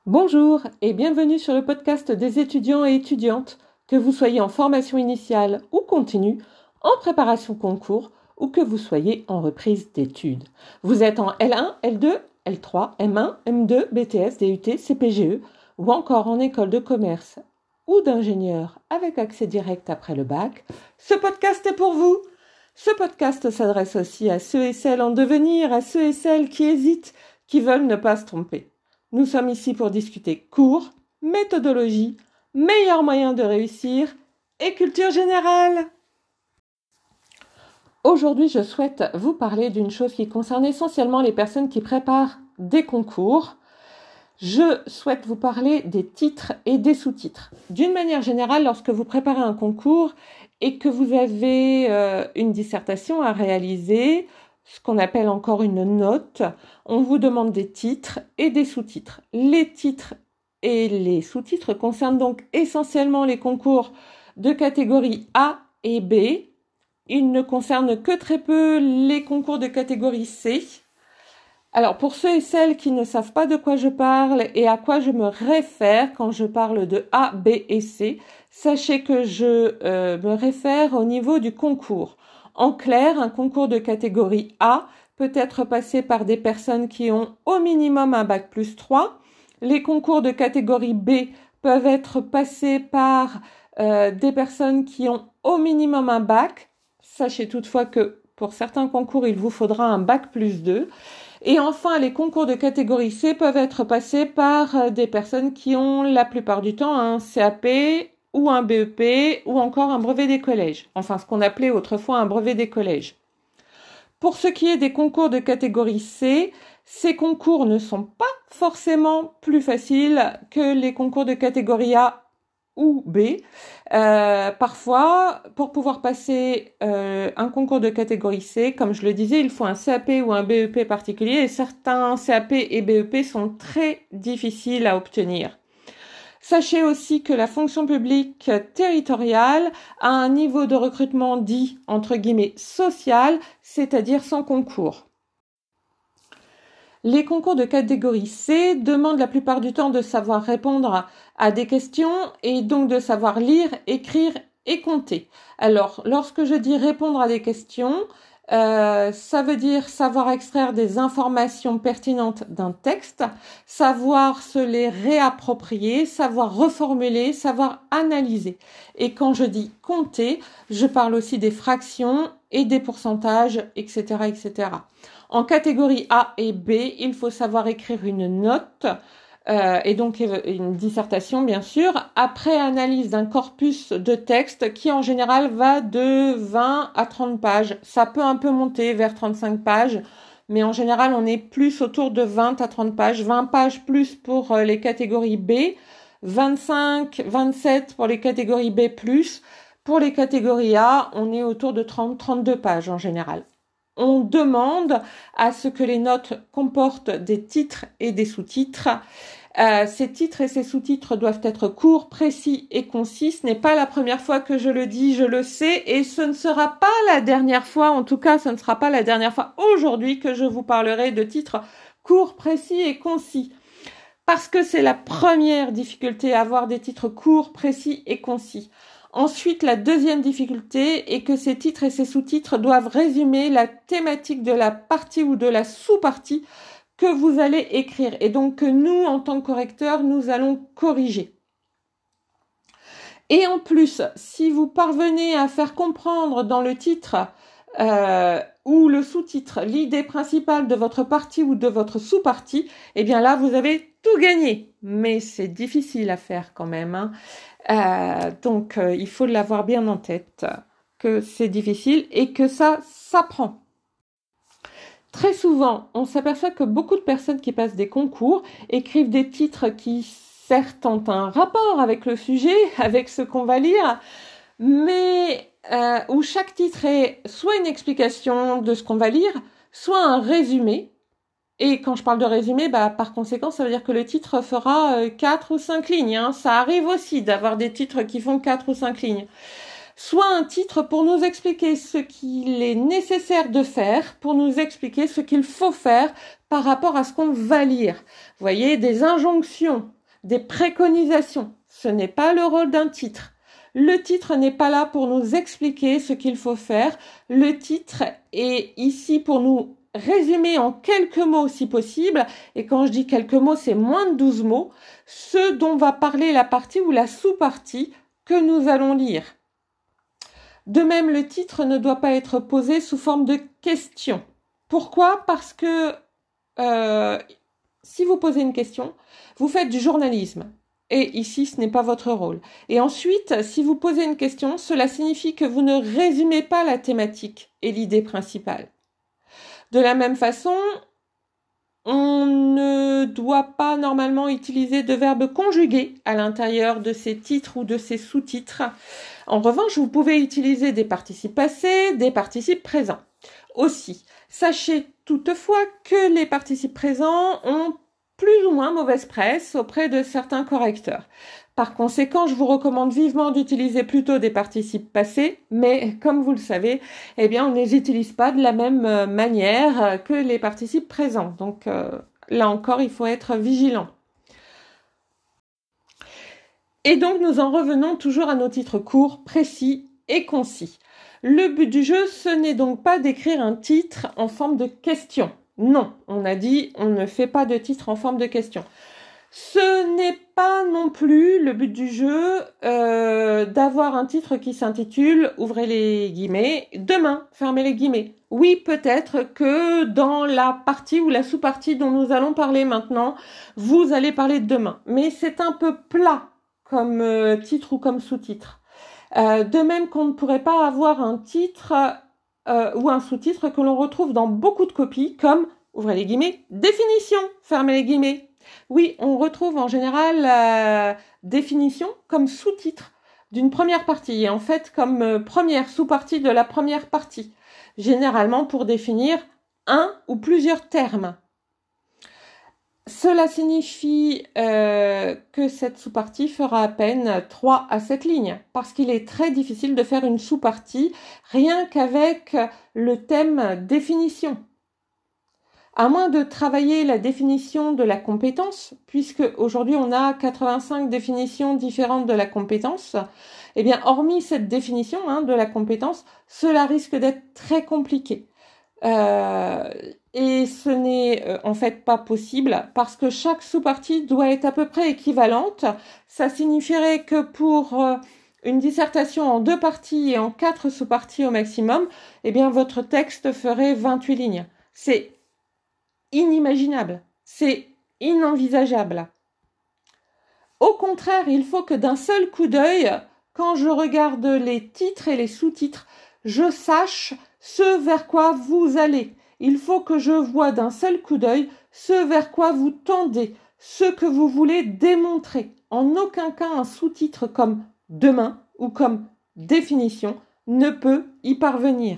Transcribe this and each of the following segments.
Bonjour et bienvenue sur le podcast des étudiants et étudiantes, que vous soyez en formation initiale ou continue, en préparation concours ou que vous soyez en reprise d'études. Vous êtes en L1, L2, L3, M1, M2, BTS, DUT, CPGE ou encore en école de commerce ou d'ingénieur avec accès direct après le bac. Ce podcast est pour vous. Ce podcast s'adresse aussi à ceux et celles en devenir, à ceux et celles qui hésitent, qui veulent ne pas se tromper. Nous sommes ici pour discuter cours, méthodologie, meilleurs moyens de réussir et culture générale. Aujourd'hui, je souhaite vous parler d'une chose qui concerne essentiellement les personnes qui préparent des concours. Je souhaite vous parler des titres et des sous-titres. D'une manière générale, lorsque vous préparez un concours et que vous avez une dissertation à réaliser, ce qu'on appelle encore une note, on vous demande des titres et des sous-titres. Les titres et les sous-titres concernent donc essentiellement les concours de catégorie A et B. Ils ne concernent que très peu les concours de catégorie C. Alors, pour ceux et celles qui ne savent pas de quoi je parle et à quoi je me réfère quand je parle de A, B et C, sachez que je me réfère au niveau du concours. En clair, un concours de catégorie A peut être passé par des personnes qui ont au minimum un bac plus 3. Les concours de catégorie B peuvent être passés par des personnes qui ont au minimum un bac. Sachez toutefois que pour certains concours, il vous faudra un bac plus 2. Et enfin, les concours de catégorie C peuvent être passés par des personnes qui ont la plupart du temps un CAP ou un BEP ou encore un brevet des collèges. Enfin, ce qu'on appelait autrefois un brevet des collèges. Pour ce qui est des concours de catégorie C, ces concours ne sont pas forcément plus faciles que les concours de catégorie A ou B. Parfois, pour pouvoir passer un concours de catégorie C, comme je le disais, il faut un CAP ou un BEP particulier et certains CAP et BEP sont très difficiles à obtenir. Sachez aussi que la fonction publique territoriale a un niveau de recrutement dit, entre guillemets, social, c'est-à-dire sans concours. Les concours de catégorie C demandent la plupart du temps de savoir répondre à des questions et donc de savoir lire, écrire et compter. Alors, lorsque je dis répondre à des questions, ça veut dire savoir extraire des informations pertinentes d'un texte, savoir se les réapproprier, savoir reformuler, savoir analyser. Et quand je dis compter, je parle aussi des fractions et des pourcentages, etc., etc. En catégorie A et B, il faut savoir écrire une note, et donc une dissertation bien sûr, après analyse d'un corpus de texte qui en général va de 20 à 30 pages. Ça peut un peu monter vers 35 pages, mais en général on est plus autour de 20 à 30 pages. 20 pages plus pour les catégories B, 25, 27 pour les catégories B+. Pour les catégories A, on est autour de 30, 32 pages en général. On demande à ce que les notes comportent des titres et des sous-titres. Ces titres et ces sous-titres doivent être courts, précis et concis. Ce n'est pas la première fois que je le dis, je le sais, et ce ne sera pas la dernière fois, en tout cas ce ne sera pas la dernière fois aujourd'hui que je vous parlerai de titres courts, précis et concis. Parce que c'est la première difficulté, avoir des titres courts, précis et concis. Ensuite, la deuxième difficulté est que ces titres et ces sous-titres doivent résumer la thématique de la partie ou de la sous-partie que vous allez écrire et donc que nous, en tant que correcteurs, nous allons corriger. Et en plus, si vous parvenez à faire comprendre dans le titre ou le sous-titre l'idée principale de votre partie ou de votre sous-partie, eh bien là, vous avez tout gagné. Mais c'est difficile à faire quand même, hein. Donc, il faut l'avoir bien en tête, que c'est difficile et que ça s'apprend. Très souvent, on s'aperçoit que beaucoup de personnes qui passent des concours écrivent des titres qui, certes, ont un rapport avec le sujet, avec ce qu'on va lire, mais où chaque titre est soit une explication de ce qu'on va lire, soit un résumé. Et quand je parle de résumé, par conséquent, ça veut dire que le titre fera 4 ou 5 lignes. Hein. Ça arrive aussi d'avoir des titres qui font 4 ou 5 lignes. Soit un titre pour nous expliquer ce qu'il est nécessaire de faire, pour nous expliquer ce qu'il faut faire par rapport à ce qu'on va lire. Vous voyez, des injonctions des préconisations. Ce n'est pas le rôle d'un titre. Le titre n'est pas là pour nous expliquer ce qu'il faut faire. Le titre est ici pour nous résumer en quelques mots si possible. Et quand je dis quelques mots, c'est moins de 12 mots, ce dont va parler la partie ou la sous-partie que nous allons lire. De même, le titre ne doit pas être posé sous forme de question. Pourquoi ? Parce que si vous posez une question, vous faites du journalisme. Et ici, ce n'est pas votre rôle. Et ensuite, si vous posez une question, cela signifie que vous ne résumez pas la thématique et l'idée principale. De la même façon, on ne doit pas normalement utiliser de verbes conjugués à l'intérieur de ces titres ou de ces sous-titres. En revanche, vous pouvez utiliser des participes passés, des participes présents. Aussi, sachez toutefois que les participes présents ont plus ou moins mauvaise presse auprès de certains correcteurs. Par conséquent, je vous recommande vivement d'utiliser plutôt des participes passés, mais comme vous le savez, eh bien, on ne les utilise pas de la même manière que les participes présents. Donc là encore, il faut être vigilant. Et donc, nous en revenons toujours à nos titres courts, précis et concis. Le but du jeu, ce n'est donc pas d'écrire un titre en forme de question. Non, on a dit, on ne fait pas de titre en forme de question. Ce n'est pas non plus le but du jeu d'avoir un titre qui s'intitule, ouvrez les guillemets, demain, fermez les guillemets. Oui, peut-être que dans la partie ou la sous-partie dont nous allons parler maintenant, vous allez parler de demain. Mais c'est un peu plat comme titre ou comme sous-titre. De même qu'on ne pourrait pas avoir un titre ou un sous-titre que l'on retrouve dans beaucoup de copies, comme, ouvrez les guillemets, définition, fermez les guillemets. Oui, on retrouve en général définition comme sous-titre d'une première partie, et en fait comme première sous-partie de la première partie, généralement pour définir un ou plusieurs termes. Cela signifie que cette sous-partie fera à peine 3 à 7 lignes, parce qu'il est très difficile de faire une sous-partie rien qu'avec le thème définition. À moins de travailler la définition de la compétence, puisque aujourd'hui on a 85 définitions différentes de la compétence, eh bien hormis cette définition de la compétence, cela risque d'être très compliqué. Et ce n'est en fait pas possible parce que chaque sous-partie doit être à peu près équivalente. Ça signifierait que pour une dissertation en 2 parties et en 4 sous-parties au maximum, eh bien votre texte ferait 28 lignes. C'est inimaginable, c'est inenvisageable. Au contraire, il faut que d'un seul coup d'œil, quand je regarde les titres et les sous-titres, je sache ce vers quoi vous allez. Il faut que je voie d'un seul coup d'œil ce vers quoi vous tendez, ce que vous voulez démontrer. En aucun cas un sous-titre comme demain ou comme définition ne peut y parvenir.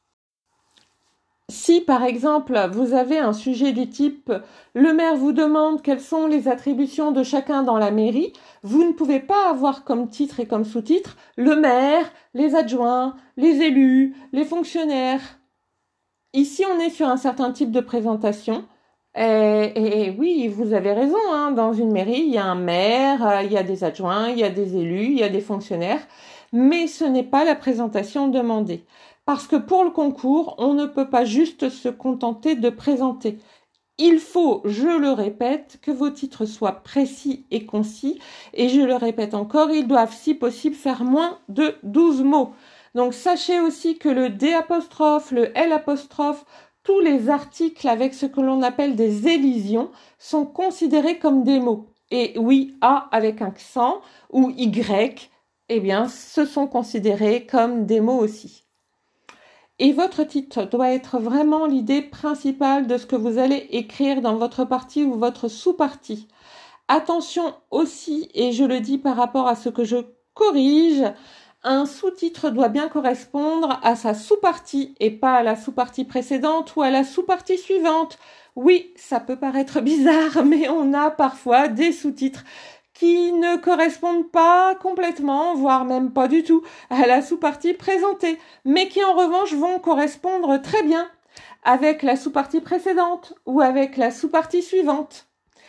Si par exemple vous avez un sujet du type « Le maire vous demande quelles sont les attributions de chacun dans la mairie », vous ne pouvez pas avoir comme titre et comme sous-titre « Le maire, les adjoints, les élus, les fonctionnaires ». Ici on est sur un certain type de présentation et oui, vous avez raison, dans une mairie il y a un maire, il y a des adjoints, il y a des élus, il y a des fonctionnaires, mais ce n'est pas la présentation demandée. Parce que pour le concours, on ne peut pas juste se contenter de présenter. Il faut, je le répète, que vos titres soient précis et concis. Et je le répète encore, ils doivent, si possible, faire moins de 12 mots. Donc sachez aussi que le D', le L', tous les articles avec ce que l'on appelle des élisions sont considérés comme des mots. Et oui, A avec un accent ou Y, eh bien, ce sont considérés comme des mots aussi. Et votre titre doit être vraiment l'idée principale de ce que vous allez écrire dans votre partie ou votre sous-partie. Attention aussi, et je le dis par rapport à ce que je corrige, un sous-titre doit bien correspondre à sa sous-partie et pas à la sous-partie précédente ou à la sous-partie suivante. Oui, ça peut paraître bizarre, mais on a parfois des sous-titres qui ne correspondent pas complètement, voire même pas du tout, à la sous-partie présentée, mais qui en revanche vont correspondre très bien avec la sous-partie précédente ou avec la sous-partie suivante.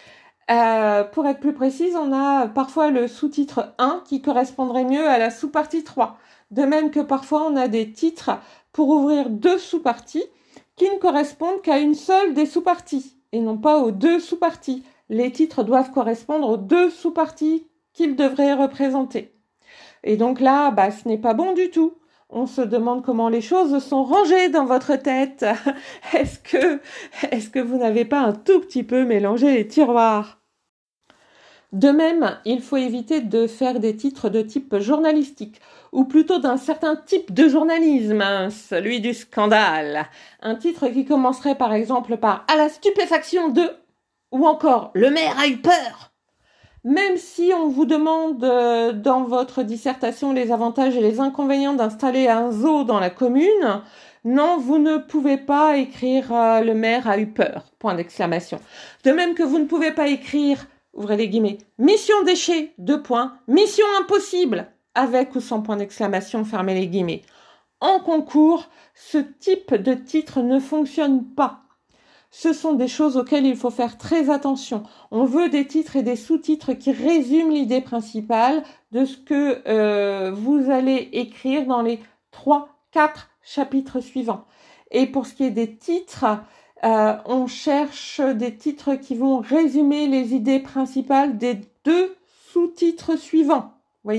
Pour être plus précise, on a parfois le sous-titre 1 qui correspondrait mieux à la sous-partie 3. De même que parfois on a des titres pour ouvrir deux sous-parties qui ne correspondent qu'à une seule des sous-parties et non pas aux deux sous-parties. Les titres doivent correspondre aux deux sous-parties qu'ils devraient représenter. Et donc là, ce n'est pas bon du tout. On se demande comment les choses sont rangées dans votre tête. Est-ce que vous n'avez pas un tout petit peu mélangé les tiroirs ? De même, il faut éviter de faire des titres de type journalistique, ou plutôt d'un certain type de journalisme, celui du scandale. Un titre qui commencerait par exemple par « À la stupéfaction de » ou encore « Le maire a eu peur ». Même si on vous demande dans votre dissertation les avantages et les inconvénients d'installer un zoo dans la commune, non, vous ne pouvez pas écrire le maire a eu peur, point d'exclamation. De même que vous ne pouvez pas écrire, ouvrez les guillemets, mission déchet, deux points, mission impossible, avec ou sans point d'exclamation, fermez les guillemets. En concours, ce type de titre ne fonctionne pas. Ce sont des choses auxquelles il faut faire très attention. On veut des titres et des sous-titres qui résument l'idée principale de ce que vous allez écrire dans les 3-4 chapitres suivants. Et pour ce qui est des titres, on cherche des titres qui vont résumer les idées principales des deux sous-titres suivants. Voyez ?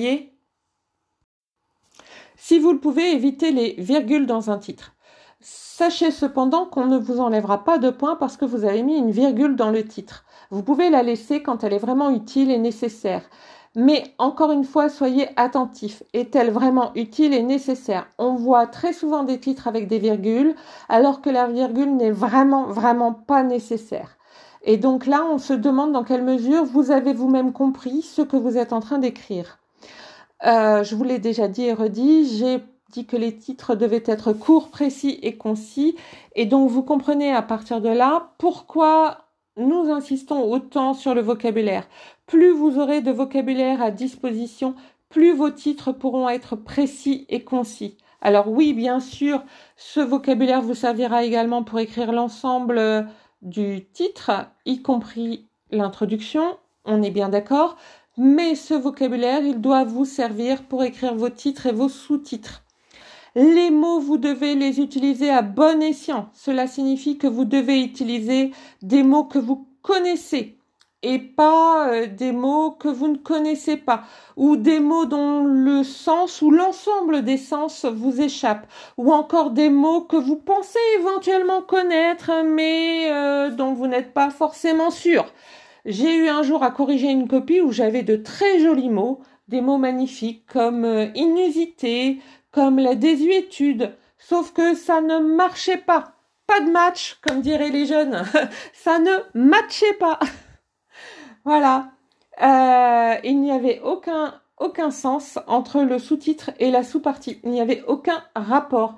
Si vous le pouvez, évitez les virgules dans un titre. Sachez cependant qu'on ne vous enlèvera pas de points parce que vous avez mis une virgule dans le titre. Vous pouvez la laisser quand elle est vraiment utile et nécessaire. Mais encore une fois, soyez attentifs. Est-elle vraiment utile et nécessaire ? On voit très souvent des titres avec des virgules, alors que la virgule n'est vraiment pas nécessaire. Et donc là, on se demande dans quelle mesure vous avez vous-même compris ce que vous êtes en train d'écrire. Je vous l'ai déjà dit et redit, j'ai dit que les titres devaient être courts, précis et concis. Et donc, vous comprenez à partir de là pourquoi nous insistons autant sur le vocabulaire. Plus vous aurez de vocabulaire à disposition, plus vos titres pourront être précis et concis. Alors oui, bien sûr, ce vocabulaire vous servira également pour écrire l'ensemble du titre, y compris l'introduction, on est bien d'accord. Mais ce vocabulaire, il doit vous servir pour écrire vos titres et vos sous-titres. Les mots, vous devez les utiliser à bon escient. Cela signifie que vous devez utiliser des mots que vous connaissez et pas des mots que vous ne connaissez pas ou des mots dont le sens ou l'ensemble des sens vous échappe ou encore des mots que vous pensez éventuellement connaître mais dont vous n'êtes pas forcément sûr. J'ai eu un jour à corriger une copie où j'avais de très jolis mots, des mots magnifiques comme inusité, comme la désuétude, sauf que ça ne marchait pas. Pas de match, comme diraient les jeunes. Ça ne matchait pas. Voilà. Il n'y avait aucun sens entre le sous-titre et la sous-partie. Il n'y avait aucun rapport.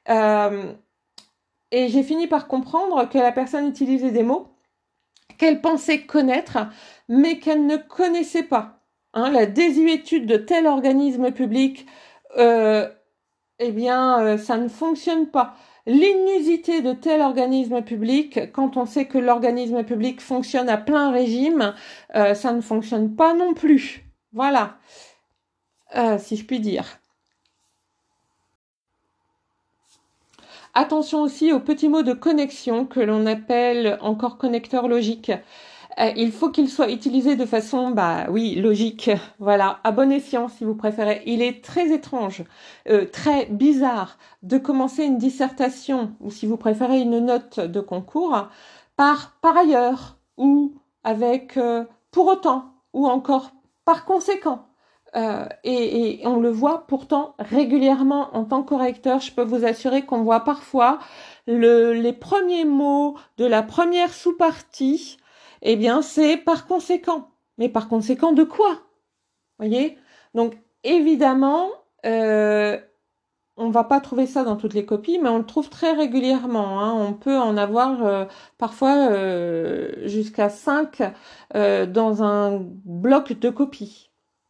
Et j'ai fini par comprendre que la personne utilisait des mots qu'elle pensait connaître, mais qu'elle ne connaissait pas. La désuétude de tel organisme public, ça ne fonctionne pas. L'inusité de tel organisme public, quand on sait que l'organisme public fonctionne à plein régime, ça ne fonctionne pas non plus. Voilà, si je puis dire. Attention aussi aux petits mots de connexion que l'on appelle encore connecteurs logiques. Il faut qu'ils soient utilisés de façon, logique. Voilà, à bon escient si vous préférez. Il est très étrange, très bizarre de commencer une dissertation ou si vous préférez une note de concours par ailleurs ou avec pour autant ou encore par conséquent. Et on le voit pourtant régulièrement en tant que correcteur. Je peux vous assurer qu'on voit parfois les premiers mots de la première sous-partie, c'est par conséquent. Mais par conséquent de quoi ? Voyez ? Donc évidemment, on va pas trouver ça dans toutes les copies, mais on le trouve très régulièrement. On peut en avoir parfois jusqu'à 5 dans un bloc de copies.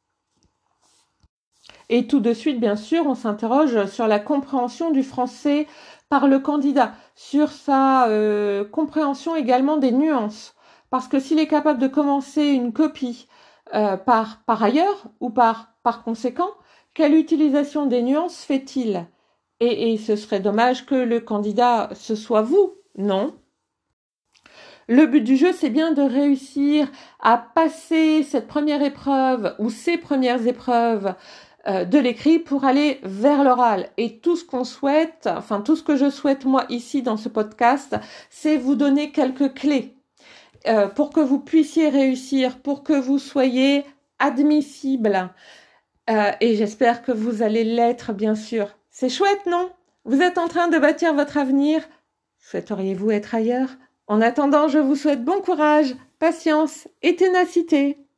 Et tout de suite, bien sûr, on s'interroge sur la compréhension du français par le candidat, sur sa compréhension également des nuances. parce que s'il est capable de commencer une copie par ailleurs ou par conséquent, quelle utilisation des nuances fait-il? Et ce serait dommage que le candidat, ce soit vous, non? Le but du jeu, c'est bien de réussir à passer cette première épreuve ou ces premières épreuves de l'écrit pour aller vers l'oral. Et tout ce qu'on souhaite, enfin tout ce que je souhaite moi ici dans ce podcast, c'est vous donner quelques clés pour que vous puissiez réussir, pour que vous soyez admissible. Et j'espère que vous allez l'être, bien sûr. C'est chouette, non? Vous êtes en train de bâtir votre avenir. Souhaiteriez-vous être ailleurs? En attendant, je vous souhaite bon courage, patience et ténacité.